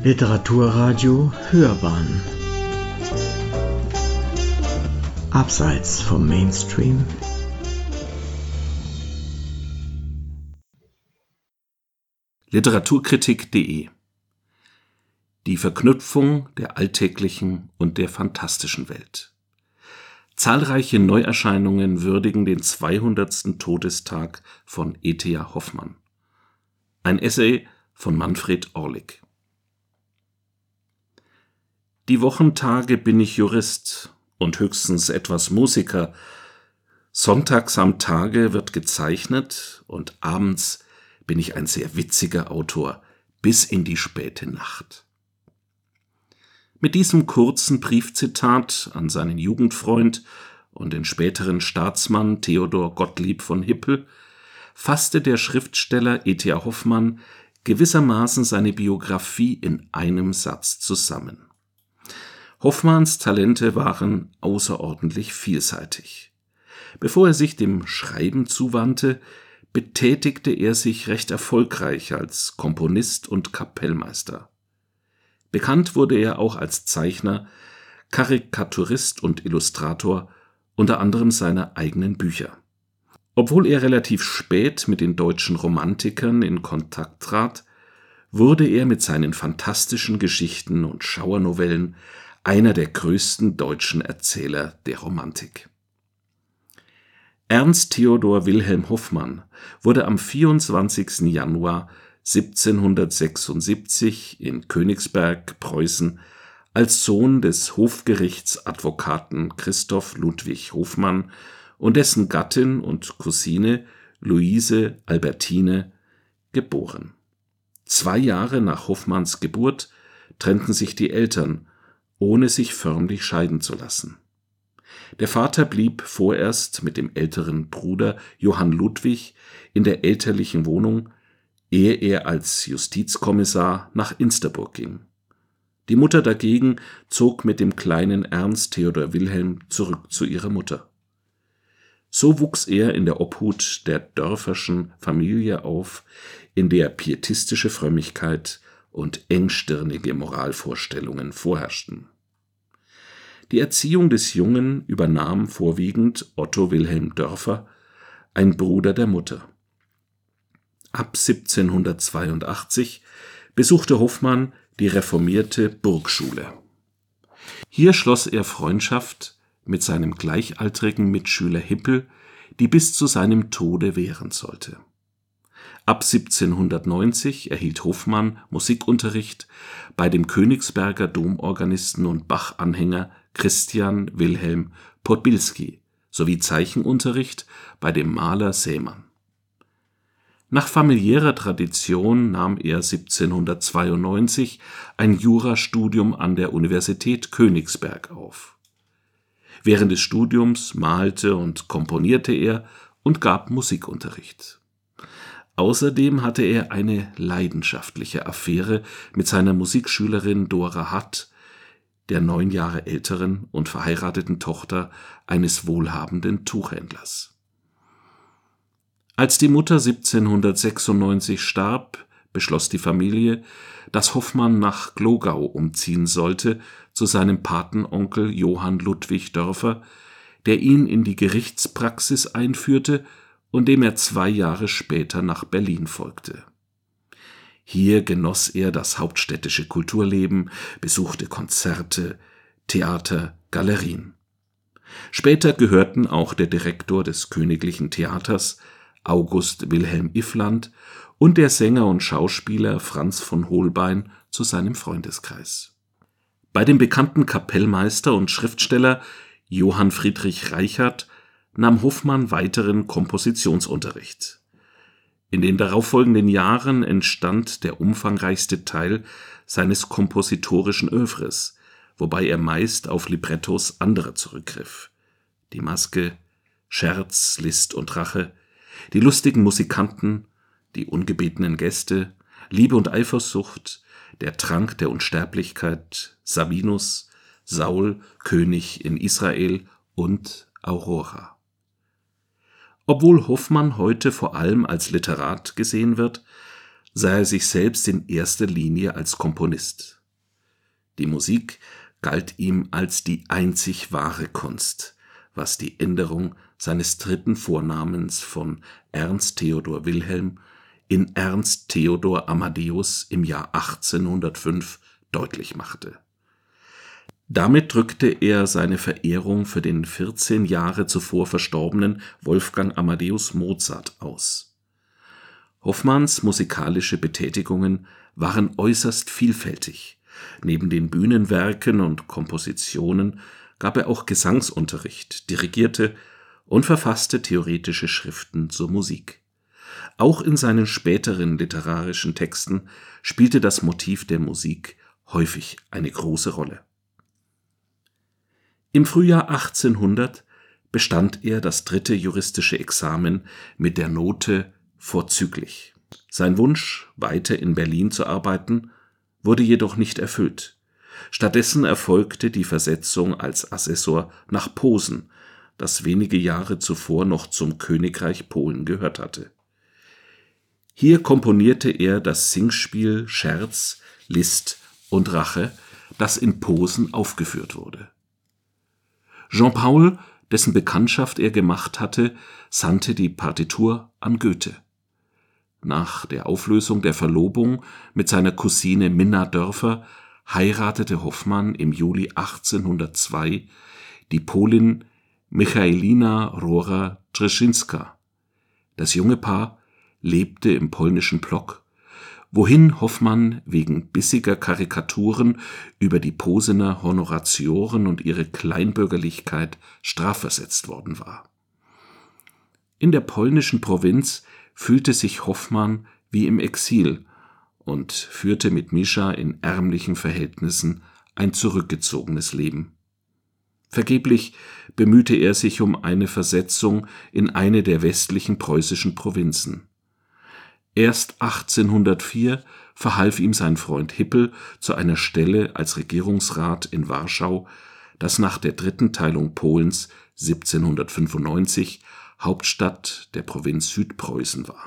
Literaturradio Hörbahn Abseits vom Mainstream. Literaturkritik.de Die Verknüpfung der alltäglichen und der fantastischen Welt. Zahlreiche Neuerscheinungen würdigen den 200. Todestag von E.T.A. Hoffmann. Ein Essay von Manfred Orlik. Die Wochentage bin ich Jurist und höchstens etwas Musiker. Sonntags am Tage wird gezeichnet und abends bin ich ein sehr witziger Autor bis in die späte Nacht. Mit diesem kurzen Briefzitat an seinen Jugendfreund und den späteren Staatsmann Theodor Gottlieb von Hippel fasste der Schriftsteller E.T.A. Hoffmann gewissermaßen seine Biografie in einem Satz zusammen. Hoffmanns Talente waren außerordentlich vielseitig. Bevor er sich dem Schreiben zuwandte, betätigte er sich recht erfolgreich als Komponist und Kapellmeister. Bekannt wurde er auch als Zeichner, Karikaturist und Illustrator, unter anderem seiner eigenen Bücher. Obwohl er relativ spät mit den deutschen Romantikern in Kontakt trat, wurde er mit seinen fantastischen Geschichten und Schauernovellen einer der größten deutschen Erzähler der Romantik. Ernst Theodor Wilhelm Hoffmann wurde am 24. Januar 1776 in Königsberg, Preußen, als Sohn des Hofgerichtsadvokaten Christoph Ludwig Hofmann und dessen Gattin und Cousine Luise Albertine geboren. 2 Jahre nach Hoffmanns Geburt trennten sich die Eltern, ohne sich förmlich scheiden zu lassen. Der Vater blieb vorerst mit dem älteren Bruder Johann Ludwig in der elterlichen Wohnung, ehe er als Justizkommissar nach Insterburg ging. Die Mutter dagegen zog mit dem kleinen Ernst Theodor Wilhelm zurück zu ihrer Mutter. So wuchs er in der Obhut der Dörferschen Familie auf, in der pietistische Frömmigkeit und engstirnige Moralvorstellungen vorherrschten. Die Erziehung des Jungen übernahm vorwiegend Otto Wilhelm Dörfer, ein Bruder der Mutter. Ab 1782 besuchte Hoffmann die reformierte Burgschule. Hier schloss er Freundschaft mit seinem gleichaltrigen Mitschüler Hippel, die bis zu seinem Tode währen sollte. Ab 1790 erhielt Hoffmann Musikunterricht bei dem Königsberger Domorganisten und Bach-Anhänger Christian Wilhelm Podbilski sowie Zeichenunterricht bei dem Maler Sämann. Nach familiärer Tradition nahm er 1792 ein Jurastudium an der Universität Königsberg auf. Während des Studiums malte und komponierte er und gab Musikunterricht. Außerdem hatte er eine leidenschaftliche Affäre mit seiner Musikschülerin Dora Hatt, der 9 Jahre älteren und verheirateten Tochter eines wohlhabenden Tuchhändlers. Als die Mutter 1796 starb, beschloss die Familie, dass Hoffmann nach Glogau umziehen sollte, zu seinem Patenonkel Johann Ludwig Dörfer, der ihn in die Gerichtspraxis einführte und dem er 2 Jahre später nach Berlin folgte. Hier genoss er das hauptstädtische Kulturleben, besuchte Konzerte, Theater, Galerien. Später gehörten auch der Direktor des Königlichen Theaters, August Wilhelm Iffland, und der Sänger und Schauspieler Franz von Holbein zu seinem Freundeskreis. Bei dem bekannten Kapellmeister und Schriftsteller Johann Friedrich Reichard nahm Hoffmann weiteren Kompositionsunterricht. In den darauffolgenden Jahren entstand der umfangreichste Teil seines kompositorischen Œuvres, wobei er meist auf Librettos anderer zurückgriff. Die Maske, Scherz, List und Rache, die lustigen Musikanten, die ungebetenen Gäste, Liebe und Eifersucht, der Trank der Unsterblichkeit, Sabinus, Saul, König in Israel und Aurora. Obwohl Hoffmann heute vor allem als Literat gesehen wird, sah er sich selbst in erster Linie als Komponist. Die Musik galt ihm als die einzig wahre Kunst, was die Änderung seines dritten Vornamens von Ernst Theodor Wilhelm in Ernst Theodor Amadeus im Jahr 1805 deutlich machte. Damit drückte er seine Verehrung für den 14 Jahre zuvor verstorbenen Wolfgang Amadeus Mozart aus. Hoffmanns musikalische Betätigungen waren äußerst vielfältig. Neben den Bühnenwerken und Kompositionen gab er auch Gesangsunterricht, dirigierte und verfasste theoretische Schriften zur Musik. Auch in seinen späteren literarischen Texten spielte das Motiv der Musik häufig eine große Rolle. Im Frühjahr 1800 bestand er das 3. juristische Examen mit der Note vorzüglich. Sein Wunsch, weiter in Berlin zu arbeiten, wurde jedoch nicht erfüllt. Stattdessen erfolgte die Versetzung als Assessor nach Posen, das wenige Jahre zuvor noch zum Königreich Polen gehört hatte. Hier komponierte er das Singspiel Scherz, List und Rache, das in Posen aufgeführt wurde. Jean Paul, dessen Bekanntschaft er gemacht hatte, sandte die Partitur an Goethe. Nach der Auflösung der Verlobung mit seiner Cousine Minna Dörfer heiratete Hoffmann im Juli 1802 die Polin Michaelina Rohrer-Trzynska. Das junge Paar lebte im polnischen Plock, wohin Hoffmann wegen bissiger Karikaturen über die Posener Honoratioren und ihre Kleinbürgerlichkeit strafversetzt worden war. In der polnischen Provinz fühlte sich Hoffmann wie im Exil und führte mit Mischa in ärmlichen Verhältnissen ein zurückgezogenes Leben. Vergeblich bemühte er sich um eine Versetzung in eine der westlichen preußischen Provinzen. Erst 1804 verhalf ihm sein Freund Hippel zu einer Stelle als Regierungsrat in Warschau, das nach der dritten Teilung Polens 1795 Hauptstadt der Provinz Südpreußen war.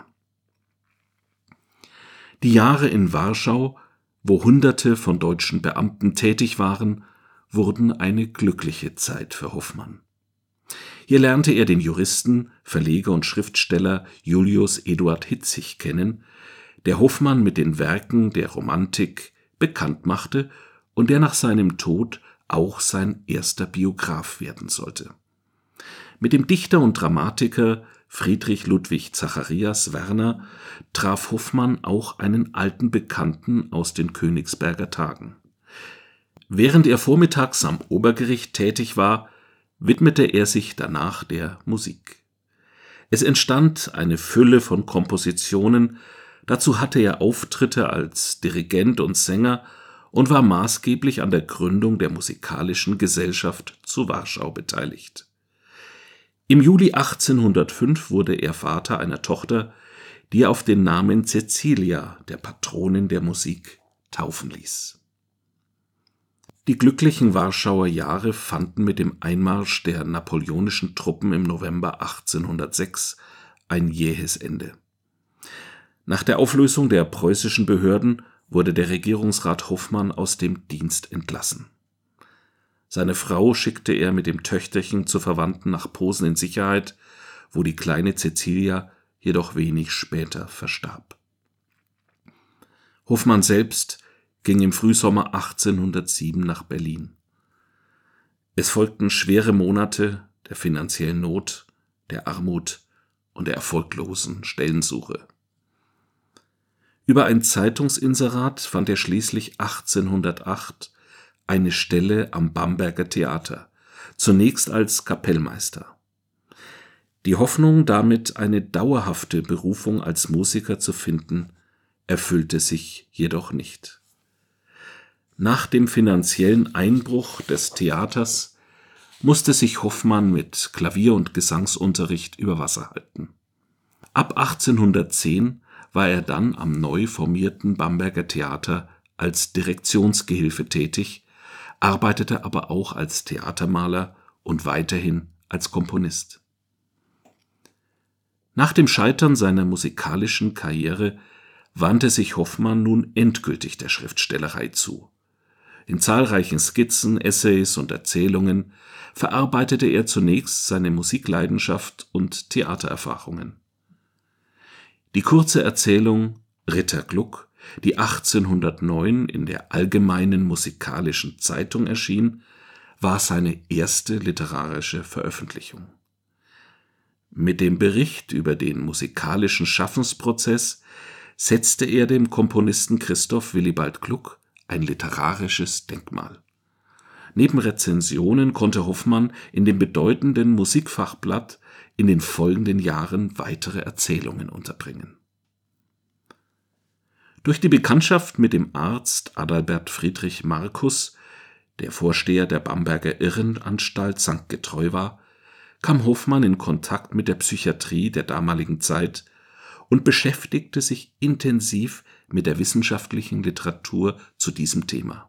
Die Jahre in Warschau, wo Hunderte von deutschen Beamten tätig waren, wurden eine glückliche Zeit für Hoffmann. Hier lernte er den Juristen, Verleger und Schriftsteller Julius Eduard Hitzig kennen, der Hoffmann mit den Werken der Romantik bekannt machte und der nach seinem Tod auch sein erster Biograf werden sollte. Mit dem Dichter und Dramatiker Friedrich Ludwig Zacharias Werner traf Hoffmann auch einen alten Bekannten aus den Königsberger Tagen. Während er vormittags am Obergericht tätig war, widmete er sich danach der Musik. Es entstand eine Fülle von Kompositionen, dazu hatte er Auftritte als Dirigent und Sänger und war maßgeblich an der Gründung der Musikalischen Gesellschaft zu Warschau beteiligt. Im Juli 1805 wurde er Vater einer Tochter, die er auf den Namen Cäcilia, der Patronin der Musik, taufen ließ. Die glücklichen Warschauer Jahre fanden mit dem Einmarsch der napoleonischen Truppen im November 1806 ein jähes Ende. Nach der Auflösung der preußischen Behörden wurde der Regierungsrat Hoffmann aus dem Dienst entlassen. Seine Frau schickte er mit dem Töchterchen zu Verwandten nach Posen in Sicherheit, wo die kleine Cäcilia jedoch wenig später verstarb. Hoffmann selbst ging im Frühsommer 1807 nach Berlin. Es folgten schwere Monate der finanziellen Not, der Armut und der erfolglosen Stellensuche. Über ein Zeitungsinserat fand er schließlich 1808 eine Stelle am Bamberger Theater, zunächst als Kapellmeister. Die Hoffnung, damit eine dauerhafte Berufung als Musiker zu finden, erfüllte sich jedoch nicht. Nach dem finanziellen Einbruch des Theaters musste sich Hoffmann mit Klavier- und Gesangsunterricht über Wasser halten. Ab 1810 war er dann am neu formierten Bamberger Theater als Direktionsgehilfe tätig, arbeitete aber auch als Theatermaler und weiterhin als Komponist. Nach dem Scheitern seiner musikalischen Karriere wandte sich Hoffmann nun endgültig der Schriftstellerei zu. In zahlreichen Skizzen, Essays und Erzählungen verarbeitete er zunächst seine Musikleidenschaft und Theatererfahrungen. Die kurze Erzählung Ritter Gluck, die 1809 in der Allgemeinen Musikalischen Zeitung erschien, war seine erste literarische Veröffentlichung. Mit dem Bericht über den musikalischen Schaffensprozess setzte er dem Komponisten Christoph Willibald Gluck ein literarisches Denkmal. Neben Rezensionen konnte Hoffmann in dem bedeutenden Musikfachblatt in den folgenden Jahren weitere Erzählungen unterbringen. Durch die Bekanntschaft mit dem Arzt Adalbert Friedrich Marcus, der Vorsteher der Bamberger Irrenanstalt St. Getreu war, kam Hoffmann in Kontakt mit der Psychiatrie der damaligen Zeit und beschäftigte sich intensiv mit der wissenschaftlichen Literatur zu diesem Thema.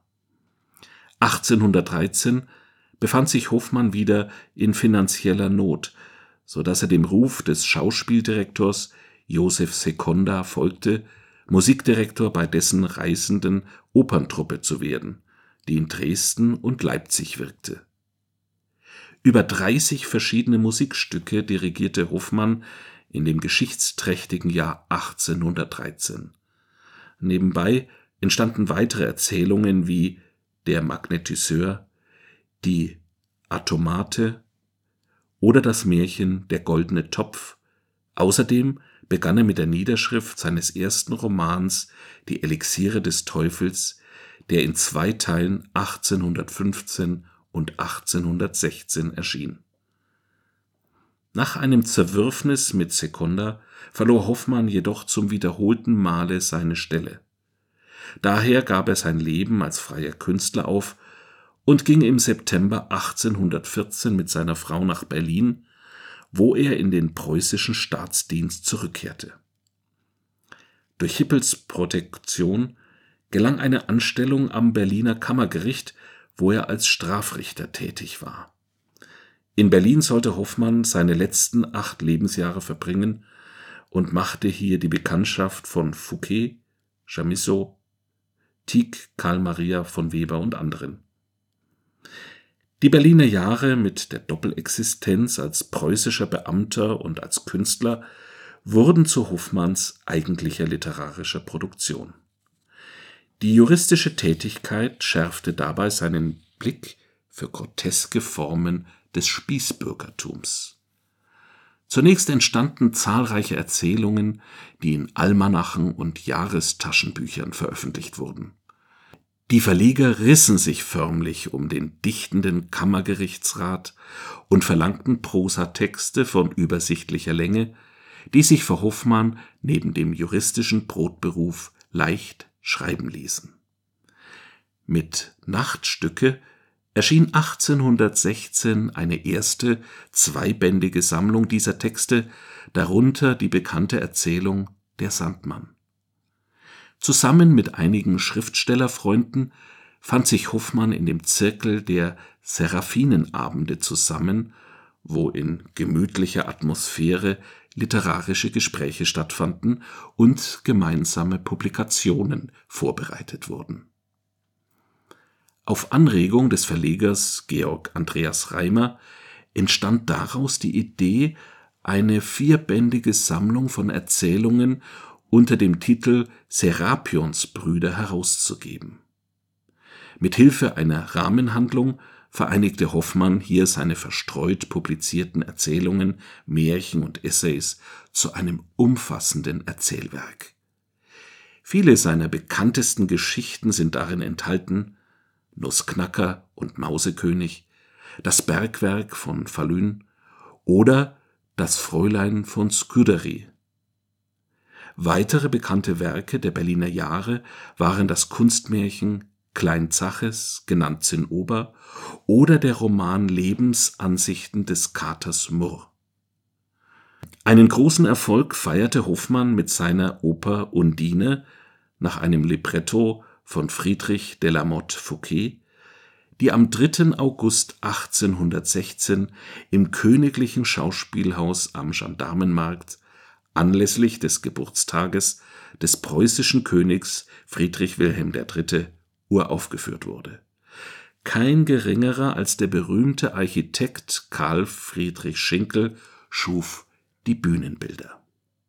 1813 befand sich Hoffmann wieder in finanzieller Not, so dass er dem Ruf des Schauspieldirektors Joseph Seconda folgte, Musikdirektor bei dessen reisenden Operntruppe zu werden, die in Dresden und Leipzig wirkte. Über 30 verschiedene Musikstücke dirigierte Hoffmann in dem geschichtsträchtigen Jahr 1813. Nebenbei entstanden weitere Erzählungen wie Der Magnetiseur, Die Atomate oder das Märchen Der goldene Topf. Außerdem begann er mit der Niederschrift seines ersten Romans Die Elixiere des Teufels, der in 2 Teilen 1815 und 1816 erschien. Nach einem Zerwürfnis mit Seconda verlor Hoffmann jedoch zum wiederholten Male seine Stelle. Daher gab er sein Leben als freier Künstler auf und ging im September 1814 mit seiner Frau nach Berlin, wo er in den preußischen Staatsdienst zurückkehrte. Durch Hippels Protektion gelang eine Anstellung am Berliner Kammergericht, wo er als Strafrichter tätig war. In Berlin sollte Hoffmann seine letzten 8 Lebensjahre verbringen und machte hier die Bekanntschaft von Fouquet, Chamisso, Tieck, Karl Maria von Weber und anderen. Die Berliner Jahre mit der Doppelexistenz als preußischer Beamter und als Künstler wurden zu Hoffmanns eigentlicher literarischer Produktion. Die juristische Tätigkeit schärfte dabei seinen Blick für groteske Formen des Spießbürgertums. Zunächst entstanden zahlreiche Erzählungen, die in Almanachen und Jahrestaschenbüchern veröffentlicht wurden. Die Verleger rissen sich förmlich um den dichtenden Kammergerichtsrat und verlangten Prosatexte von übersichtlicher Länge, die sich für Hoffmann neben dem juristischen Brotberuf leicht schreiben ließen. Mit Nachtstücke erschien 1816 eine erste zweibändige Sammlung dieser Texte, darunter die bekannte Erzählung Der Sandmann. Zusammen mit einigen Schriftstellerfreunden fand sich Hoffmann in dem Zirkel der Seraphinenabende zusammen, wo in gemütlicher Atmosphäre literarische Gespräche stattfanden und gemeinsame Publikationen vorbereitet wurden. Auf Anregung des Verlegers Georg Andreas Reimer entstand daraus die Idee, eine 4bändige Sammlung von Erzählungen unter dem Titel Serapionsbrüder herauszugeben. Mit Hilfe einer Rahmenhandlung vereinigte Hoffmann hier seine verstreut publizierten Erzählungen, Märchen und Essays zu einem umfassenden Erzählwerk. Viele seiner bekanntesten Geschichten sind darin enthalten: Nussknacker und Mausekönig, Das Bergwerk von Falun oder Das Fräulein von Scuderi. Weitere bekannte Werke der Berliner Jahre waren das Kunstmärchen Klein Zaches, genannt Zinnober, oder der Roman Lebensansichten des Katers Murr. Einen großen Erfolg feierte Hoffmann mit seiner Oper Undine nach einem Libretto von Friedrich de la Motte Fouqué, die am 3. August 1816 im Königlichen Schauspielhaus am Gendarmenmarkt anlässlich des Geburtstages des preußischen Königs Friedrich Wilhelm III. Uraufgeführt wurde kein geringerer als der berühmte Architekt Karl Friedrich Schinkel schuf die Bühnenbilder.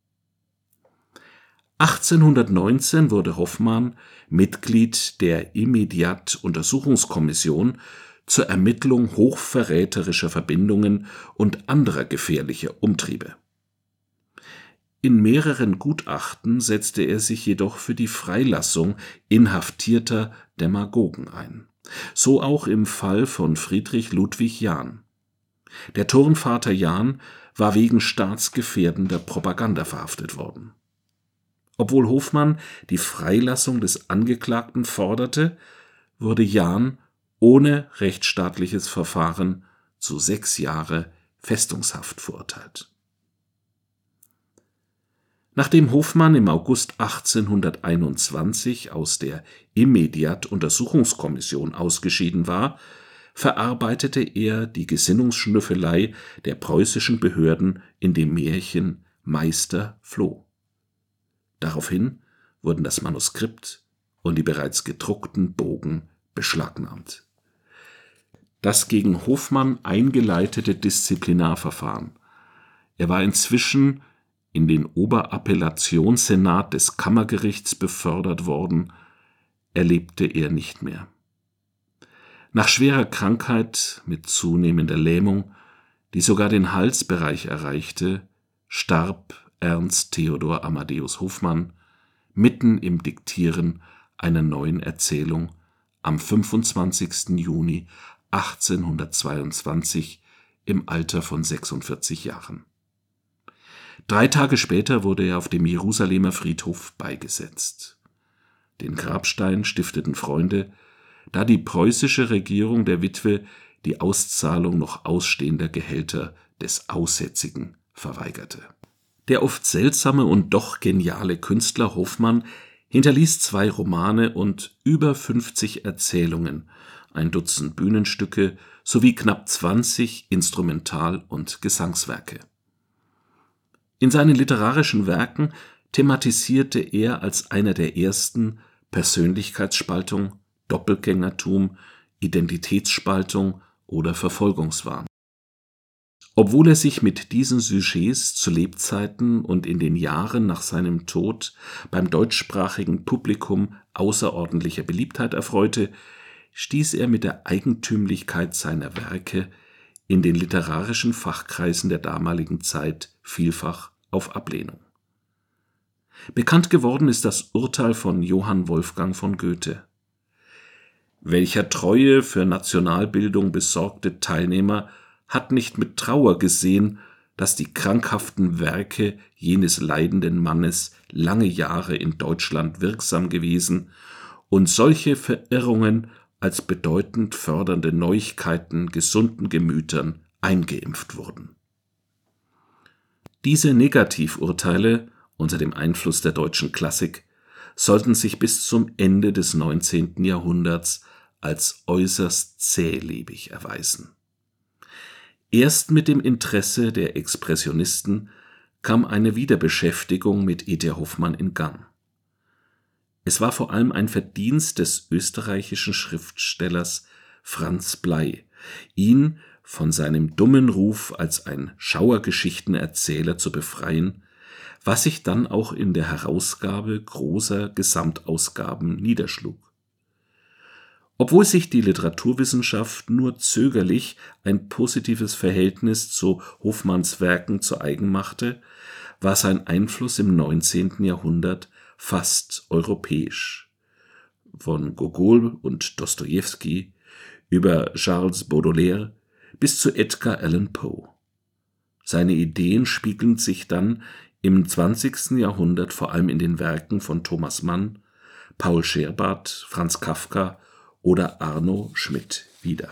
1819 wurde Hoffmann Mitglied der Immediat-Untersuchungskommission zur Ermittlung hochverräterischer Verbindungen und anderer gefährlicher Umtriebe. In mehreren Gutachten setzte er sich jedoch für die Freilassung inhaftierter Demagogen ein. So auch im Fall von Friedrich Ludwig Jahn. Der Turnvater Jahn war wegen staatsgefährdender Propaganda verhaftet worden. Obwohl Hofmann die Freilassung des Angeklagten forderte, wurde Jahn ohne rechtsstaatliches Verfahren zu 6 Jahre Festungshaft verurteilt. Nachdem Hofmann im August 1821 aus der Immediat-Untersuchungskommission ausgeschieden war, verarbeitete er die Gesinnungsschnüffelei der preußischen Behörden in dem Märchen Meister Floh. Daraufhin wurden das Manuskript und die bereits gedruckten Bogen beschlagnahmt. Das gegen Hofmann eingeleitete Disziplinarverfahren. Er war inzwischen in den Oberappellationssenat des Kammergerichts befördert worden, erlebte er nicht mehr. Nach schwerer Krankheit mit zunehmender Lähmung, die sogar den Halsbereich erreichte, starb Ernst Theodor Amadeus Hofmann mitten im Diktieren einer neuen Erzählung am 25. Juni 1822 im Alter von 46 Jahren. 3 Tage später wurde er auf dem Jerusalemer Friedhof beigesetzt. Den Grabstein stifteten Freunde, da die preußische Regierung der Witwe die Auszahlung noch ausstehender Gehälter des Aussätzigen verweigerte. Der oft seltsame und doch geniale Künstler Hofmann hinterließ 2 Romane und über 50 Erzählungen, ein Dutzend Bühnenstücke sowie knapp 20 Instrumental- und Gesangswerke. In seinen literarischen Werken thematisierte er als einer der ersten Persönlichkeitsspaltung, Doppelgängertum, Identitätsspaltung oder Verfolgungswahn. Obwohl er sich mit diesen Sujets zu Lebzeiten und in den Jahren nach seinem Tod beim deutschsprachigen Publikum außerordentlicher Beliebtheit erfreute, stieß er mit der Eigentümlichkeit seiner Werke in den literarischen Fachkreisen der damaligen Zeit vielfach auf Ablehnung. Bekannt geworden ist das Urteil von Johann Wolfgang von Goethe: Welcher Treue für Nationalbildung besorgte Teilnehmer hat nicht mit Trauer gesehen, dass die krankhaften Werke jenes leidenden Mannes lange Jahre in Deutschland wirksam gewesen und solche Verirrungen als bedeutend fördernde Neuigkeiten gesunden Gemütern eingeimpft wurden. Diese Negativurteile unter dem Einfluss der deutschen Klassik sollten sich bis zum Ende des 19. Jahrhunderts als äußerst zählebig erweisen. Erst mit dem Interesse der Expressionisten kam eine Wiederbeschäftigung mit E.T. Hoffmann in Gang. Es war vor allem ein Verdienst des österreichischen Schriftstellers Franz Blei, ihn von seinem dummen Ruf als ein Schauergeschichtenerzähler zu befreien, was sich dann auch in der Herausgabe großer Gesamtausgaben niederschlug. Obwohl sich die Literaturwissenschaft nur zögerlich ein positives Verhältnis zu Hofmanns Werken zu eigen machte, war sein Einfluss im 19. Jahrhundert fast europäisch. Von Gogol und Dostojewski über Charles Baudelaire bis zu Edgar Allan Poe. Seine Ideen spiegeln sich dann im 20. Jahrhundert vor allem in den Werken von Thomas Mann, Paul Scherbart, Franz Kafka oder Arno Schmidt wider.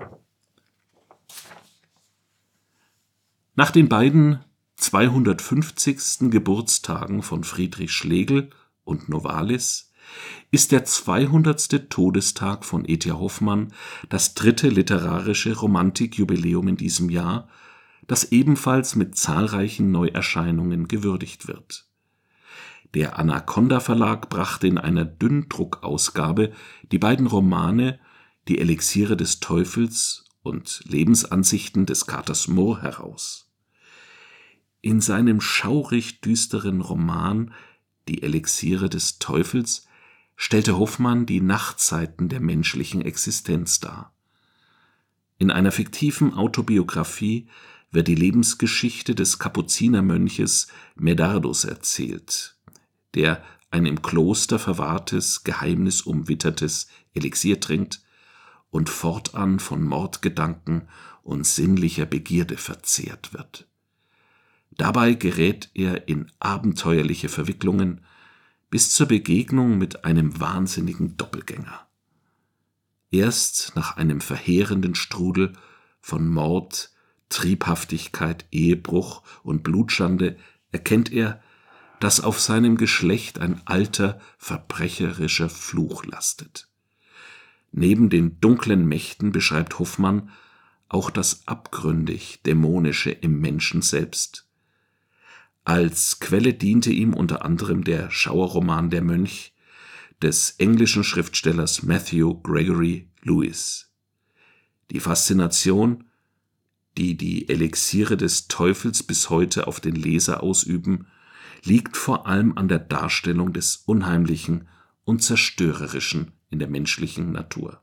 Nach den beiden 250. Geburtstagen von Friedrich Schlegel und Novalis ist der 200. Todestag von E.T. Hoffmann das 3. literarische Romantikjubiläum in diesem Jahr, das ebenfalls mit zahlreichen Neuerscheinungen gewürdigt wird. Der Anaconda Verlag brachte in einer Dünndruckausgabe die beiden Romane Die Elixiere des Teufels und Lebensansichten des Katers Murr heraus. In seinem schaurig düsteren Roman Die Elixiere des Teufels stellte Hoffmann die Nachtzeiten der menschlichen Existenz dar. In einer fiktiven Autobiografie wird die Lebensgeschichte des Kapuzinermönches Medardus erzählt, der ein im Kloster verwahrtes, geheimnisumwittertes Elixier trinkt und fortan von Mordgedanken und sinnlicher Begierde verzehrt wird. Dabei gerät er in abenteuerliche Verwicklungen bis zur Begegnung mit einem wahnsinnigen Doppelgänger. Erst nach einem verheerenden Strudel von Mord, Triebhaftigkeit, Ehebruch und Blutschande erkennt er, dass auf seinem Geschlecht ein alter, verbrecherischer Fluch lastet. Neben den dunklen Mächten beschreibt Hoffmann auch das abgründig Dämonische im Menschen selbst. Als Quelle diente ihm unter anderem der Schauerroman Der Mönch des englischen Schriftstellers Matthew Gregory Lewis. Die Faszination, die die Elixiere des Teufels bis heute auf den Leser ausüben, liegt vor allem an der Darstellung des Unheimlichen und Zerstörerischen in der menschlichen Natur.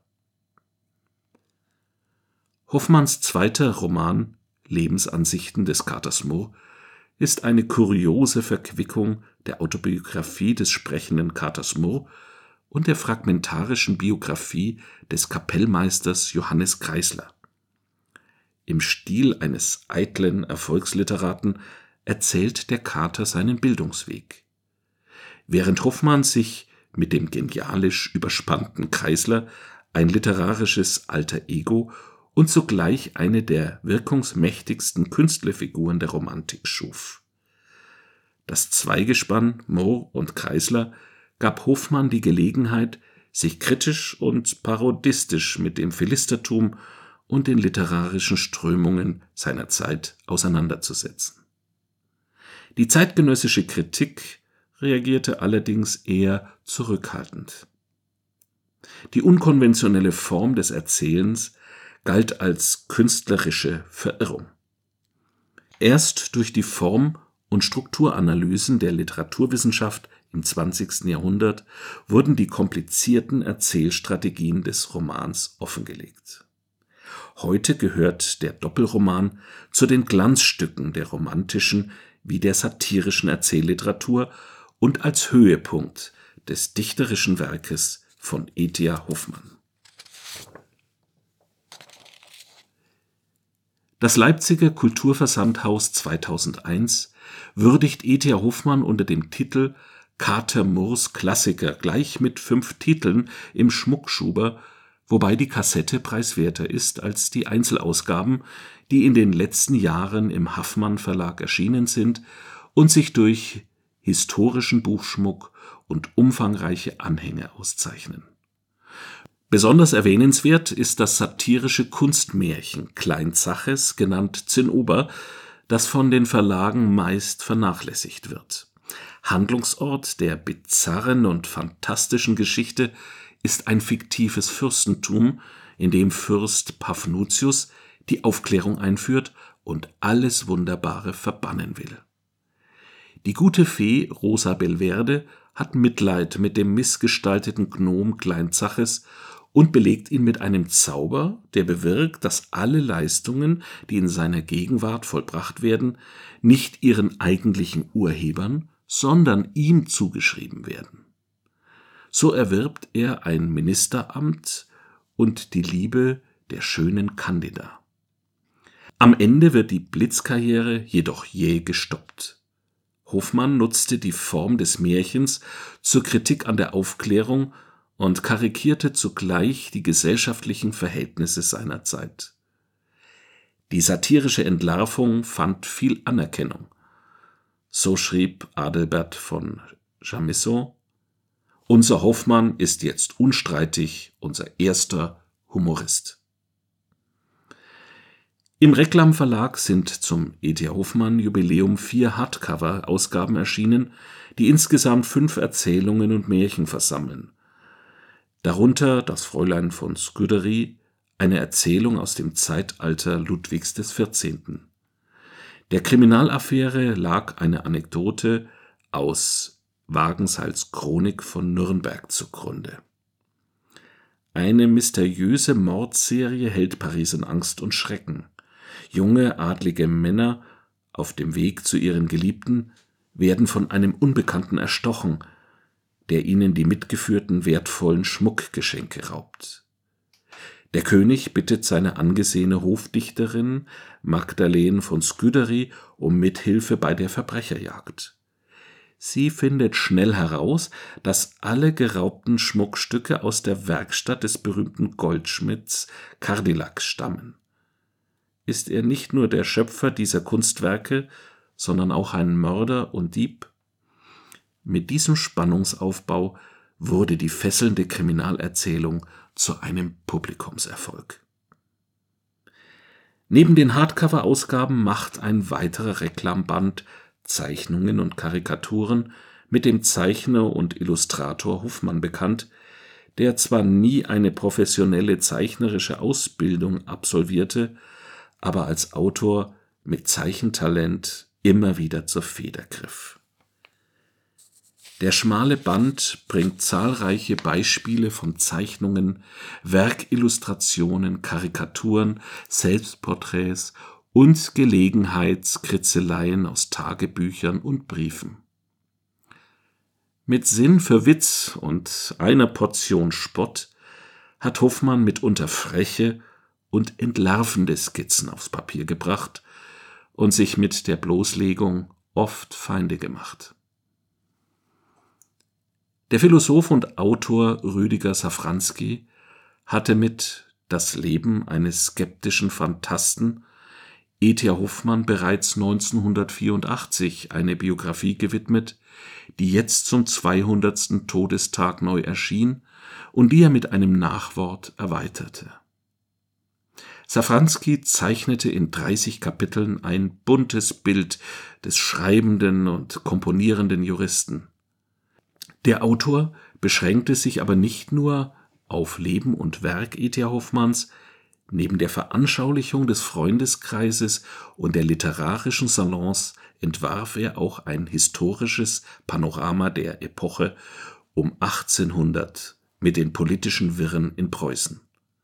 Hoffmanns zweiter Roman Lebensansichten des Katers Murr ist eine kuriose Verquickung der Autobiografie des sprechenden Katers Murr und der fragmentarischen Biografie des Kapellmeisters Johannes Kreisler. Im Stil eines eitlen Erfolgsliteraten erzählt der Kater seinen Bildungsweg. Während Hoffmann sich mit dem genialisch überspannten Kreisler ein literarisches Alter Ego und zugleich eine der wirkungsmächtigsten Künstlerfiguren der Romantik schuf. Das Zweigespann Murr und Kreisler gab Hoffmann die Gelegenheit, sich kritisch und parodistisch mit dem Philistertum und den literarischen Strömungen seiner Zeit auseinanderzusetzen. Die zeitgenössische Kritik reagierte allerdings eher zurückhaltend. Die unkonventionelle Form des Erzählens galt als künstlerische Verirrung. Erst durch die Form- und Strukturanalysen der Literaturwissenschaft im 20. Jahrhundert wurden die komplizierten Erzählstrategien des Romans offengelegt. Heute gehört der Doppelroman zu den Glanzstücken der romantischen wie der satirischen Erzählliteratur und als Höhepunkt des dichterischen Werkes von E.T.A. Hoffmann. Das Leipziger Kulturversandhaus 2001 würdigt E.T.A. Hoffmann unter dem Titel Kater Murrs Klassiker gleich mit 5 Titeln im Schmuckschuber, wobei die Kassette preiswerter ist als die Einzelausgaben, die in den letzten Jahren im Haffmann Verlag erschienen sind und sich durch historischen Buchschmuck und umfangreiche Anhänge auszeichnen. Besonders erwähnenswert ist das satirische Kunstmärchen Klein Zaches, genannt Zinnober, das von den Verlagen meist vernachlässigt wird. Handlungsort der bizarren und fantastischen Geschichte ist ein fiktives Fürstentum, in dem Fürst Paphnutius die Aufklärung einführt und alles Wunderbare verbannen will. Die gute Fee Rosa Belverde hat Mitleid mit dem missgestalteten Gnom Klein Zaches und belegt ihn mit einem Zauber, der bewirkt, dass alle Leistungen, die in seiner Gegenwart vollbracht werden, nicht ihren eigentlichen Urhebern, sondern ihm zugeschrieben werden. So erwirbt er ein Ministeramt und die Liebe der schönen Candida. Am Ende wird die Blitzkarriere jedoch jäh gestoppt. Hoffmann nutzte die Form des Märchens zur Kritik an der Aufklärung und karikierte zugleich die gesellschaftlichen Verhältnisse seiner Zeit. Die satirische Entlarvung fand viel Anerkennung. So schrieb Adelbert von Chamisso: Unser Hoffmann ist jetzt unstreitig unser erster Humorist. Im Reklam Verlag sind zum E.T.A. Hoffmann Jubiläum 4 Hardcover-Ausgaben erschienen, die insgesamt 5 Erzählungen und Märchen versammeln. darunter das Fräulein von Scudéry, eine Erzählung aus dem Zeitalter Ludwigs XIV. Der Kriminalaffäre lag eine Anekdote aus Wagenseils Chronik von Nürnberg zugrunde. Eine mysteriöse Mordserie hält Paris in Angst und Schrecken. Junge, adlige Männer auf dem Weg zu ihren Geliebten werden von einem Unbekannten erstochen, der ihnen die mitgeführten wertvollen Schmuckgeschenke raubt. Der König bittet seine angesehene Hofdichterin Magdalene von Scudéry um Mithilfe bei der Verbrecherjagd. Sie findet schnell heraus, dass alle geraubten Schmuckstücke aus der Werkstatt des berühmten Goldschmidts Cardillac stammen. Ist er nicht nur der Schöpfer dieser Kunstwerke, sondern auch ein Mörder und Dieb? Mit diesem Spannungsaufbau wurde die fesselnde Kriminalerzählung zu einem Publikumserfolg. Neben den Hardcover-Ausgaben macht ein weiterer Reklamband Zeichnungen und Karikaturen mit dem Zeichner und Illustrator Hoffmann bekannt, der zwar nie eine professionelle zeichnerische Ausbildung absolvierte, aber als Autor mit Zeichentalent immer wieder zur Feder griff. Der schmale Band bringt zahlreiche Beispiele von Zeichnungen, Werkillustrationen, Karikaturen, Selbstporträts und Gelegenheitskritzeleien aus Tagebüchern und Briefen. Mit Sinn für Witz und einer Portion Spott hat Hoffmann mitunter freche und entlarvende Skizzen aufs Papier gebracht und sich mit der Bloßlegung oft Feinde gemacht. Der Philosoph und Autor Rüdiger Safranski hatte mit Das Leben eines skeptischen Phantasten E.T.A. Hoffmann bereits 1984 eine Biografie gewidmet, die jetzt zum 200. Todestag neu erschien und die er mit einem Nachwort erweiterte. Safranski zeichnete in 30 Kapiteln ein buntes Bild des schreibenden und komponierenden Juristen. Der Autor beschränkte sich aber nicht nur auf Leben und Werk E.T.A. Hoffmanns. Neben der Veranschaulichung des Freundeskreises und der literarischen Salons entwarf er auch ein historisches Panorama der Epoche um 1800 mit den politischen Wirren in Preußen.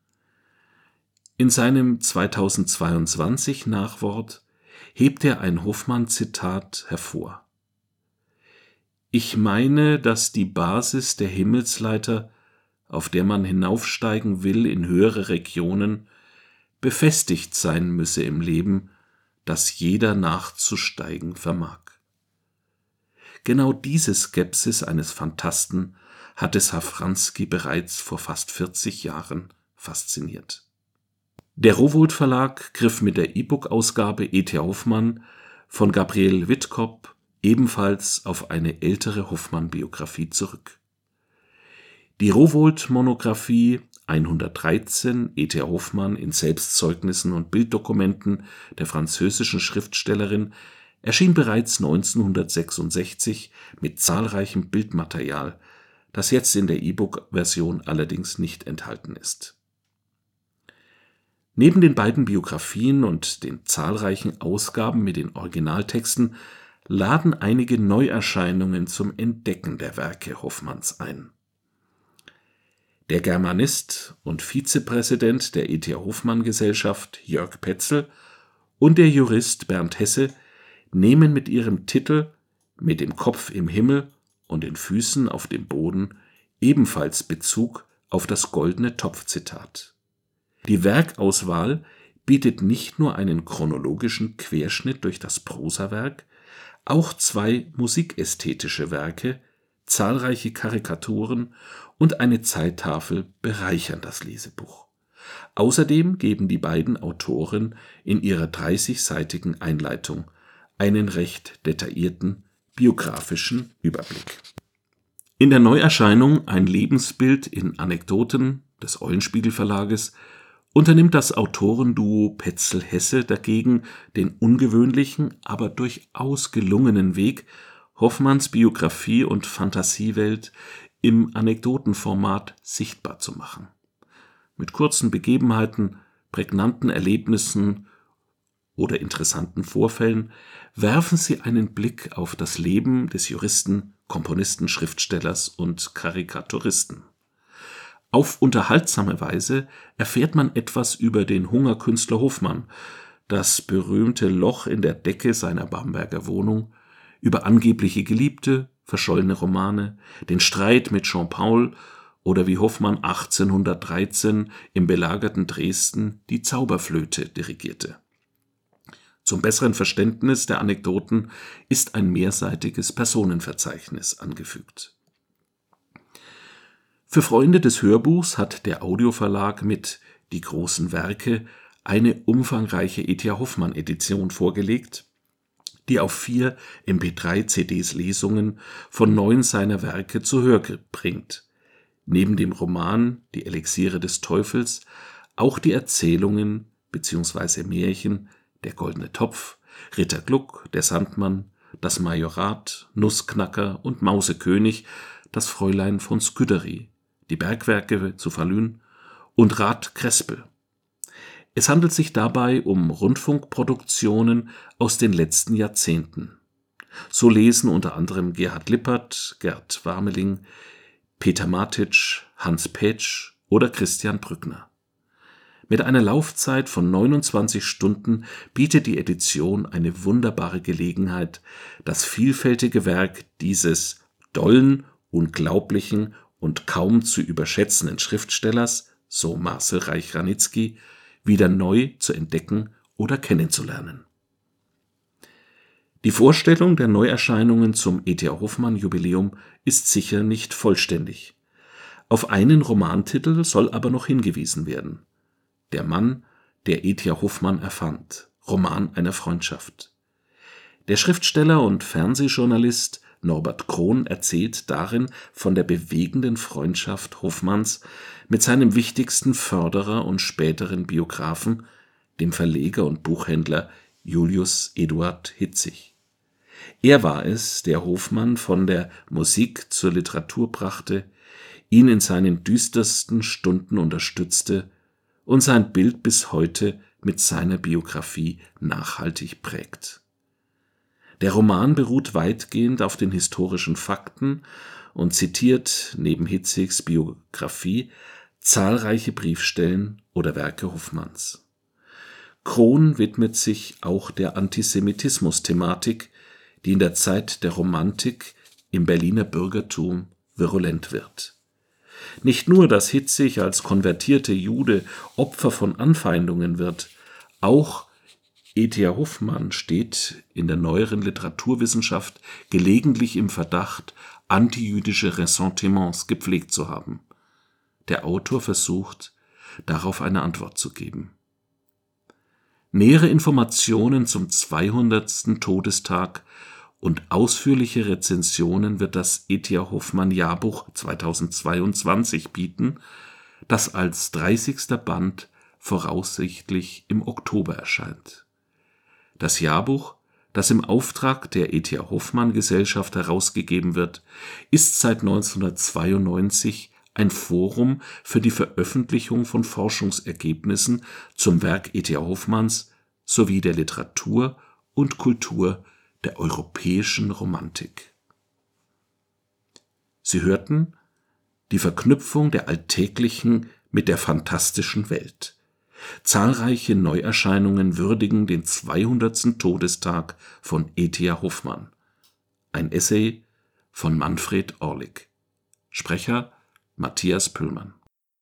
In seinem 2022 Nachwort hebt er ein Hoffmann-Zitat hervor: Ich meine, dass die Basis der Himmelsleiter, auf der man hinaufsteigen will in höhere Regionen, befestigt sein müsse im Leben, das jeder nachzusteigen vermag. Genau diese Skepsis eines Phantasten hatte Safranski bereits vor fast 40 Jahren fasziniert. Der Rowohlt Verlag griff mit der E-Book-Ausgabe E.T.A. Hoffmann von Gabriel Wittkop ebenfalls auf eine ältere Hoffmann-Biografie zurück. Die Rowohlt-Monographie 113 E.T.A. Hoffmann in Selbstzeugnissen und Bilddokumenten der französischen Schriftstellerin erschien bereits 1966 mit zahlreichem Bildmaterial, das jetzt in der E-Book-Version allerdings nicht enthalten ist. Neben den beiden Biografien und den zahlreichen Ausgaben mit den Originaltexten laden einige Neuerscheinungen zum Entdecken der Werke Hoffmanns ein. Der Germanist und Vizepräsident der E.T.A. Hoffmann Gesellschaft Jörg Petzl und der Jurist Bernd Hesse nehmen mit ihrem Titel Mit dem Kopf im Himmel und den Füßen auf dem Boden ebenfalls Bezug auf das Goldene Topf-Zitat. Die Werkauswahl bietet nicht nur einen chronologischen Querschnitt durch das Prosawerk, auch zwei musikästhetische Werke, zahlreiche Karikaturen und eine Zeittafel bereichern das Lesebuch. Außerdem geben die beiden Autoren in ihrer 30-seitigen Einleitung einen recht detaillierten biografischen Überblick. In der Neuerscheinung Ein Lebensbild in Anekdoten des Eulenspiegel Verlages unternimmt das Autorenduo Petzl-Hesse dagegen den ungewöhnlichen, aber durchaus gelungenen Weg, Hoffmanns Biografie und Fantasiewelt im Anekdotenformat sichtbar zu machen. Mit kurzen Begebenheiten, prägnanten Erlebnissen oder interessanten Vorfällen werfen sie einen Blick auf das Leben des Juristen, Komponisten, Schriftstellers und Karikaturisten. Auf unterhaltsame Weise erfährt man etwas über den Hungerkünstler Hoffmann, das berühmte Loch in der Decke seiner Bamberger Wohnung, über angebliche Geliebte, verschollene Romane, den Streit mit Jean-Paul oder wie Hoffmann 1813 im belagerten Dresden die Zauberflöte dirigierte. Zum besseren Verständnis der Anekdoten ist ein mehrseitiges Personenverzeichnis angefügt. Für Freunde des Hörbuchs hat der Audioverlag mit Die großen Werke eine umfangreiche E.T.A. Hoffmann-Edition vorgelegt, die auf 4 MP3-CDs Lesungen von 9 seiner Werke zu Hör bringt. Neben dem Roman Die Elixiere des Teufels auch die Erzählungen bzw. Märchen Der goldene Topf, Ritter Gluck, Der Sandmann, Das Majorat, Nussknacker und Mausekönig, Das Fräulein von Sküdery, Die Bergwerke zu Falun und Rat Krespel. Es handelt sich dabei um Rundfunkproduktionen aus den letzten Jahrzehnten. So lesen unter anderem Gerhard Lippert, Gerd Warmeling, Peter Martitsch, Hans Petsch oder Christian Brückner. Mit einer Laufzeit von 29 Stunden bietet die Edition eine wunderbare Gelegenheit, das vielfältige Werk dieses dollen, unglaublichen und kaum zu überschätzenden Schriftstellers, so Marcel Reich-Ranitzky, wieder neu zu entdecken oder kennenzulernen. Die Vorstellung der Neuerscheinungen zum E.T.A. Hoffmann-Jubiläum ist sicher nicht vollständig. Auf einen Romantitel soll aber noch hingewiesen werden. Der Mann, der E.T.A. Hoffmann erfand. Roman einer Freundschaft. Der Schriftsteller und Fernsehjournalist Norbert Krohn erzählt darin von der bewegenden Freundschaft Hoffmanns mit seinem wichtigsten Förderer und späteren Biografen, dem Verleger und Buchhändler Julius Eduard Hitzig. Er war es, der Hoffmann von der Musik zur Literatur brachte, ihn in seinen düstersten Stunden unterstützte und sein Bild bis heute mit seiner Biografie nachhaltig prägt. Der Roman beruht weitgehend auf den historischen Fakten und zitiert neben Hitzigs Biografie zahlreiche Briefstellen oder Werke Hoffmanns. Krohn widmet sich auch der Antisemitismus-Thematik, die in der Zeit der Romantik im Berliner Bürgertum virulent wird. Nicht nur, dass Hitzig als konvertierter Jude Opfer von Anfeindungen wird, auch E.T.A. Hoffmann steht in der neueren Literaturwissenschaft gelegentlich im Verdacht, antijüdische Ressentiments gepflegt zu haben. Der Autor versucht, darauf eine Antwort zu geben. Nähere Informationen zum 200. Todestag und ausführliche Rezensionen wird das E.T.A. Hoffmann Jahrbuch 2022 bieten, das als 30. Band voraussichtlich im Oktober erscheint. Das Jahrbuch, das im Auftrag der E.T.A. Hoffmann Gesellschaft herausgegeben wird, ist seit 1992 ein Forum für die Veröffentlichung von Forschungsergebnissen zum Werk E.T.A. Hoffmanns sowie der Literatur und Kultur der europäischen Romantik. Sie hörten die Verknüpfung der Alltäglichen mit der fantastischen Welt. Zahlreiche Neuerscheinungen würdigen den 200. Todestag von E.T.A. Hoffmann. Ein Essay von Manfred Orlik. Sprecher Matthias Püllmann.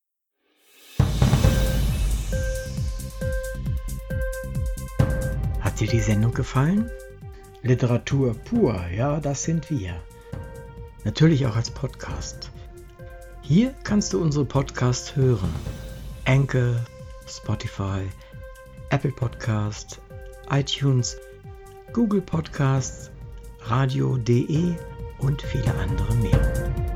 Hat dir die Sendung gefallen? Literatur pur, ja, das sind wir. Natürlich auch als Podcast. Hier kannst du unsere Podcasts hören. Anchor, Spotify, Apple Podcast, iTunes, Google Podcasts, radio.de und viele andere mehr.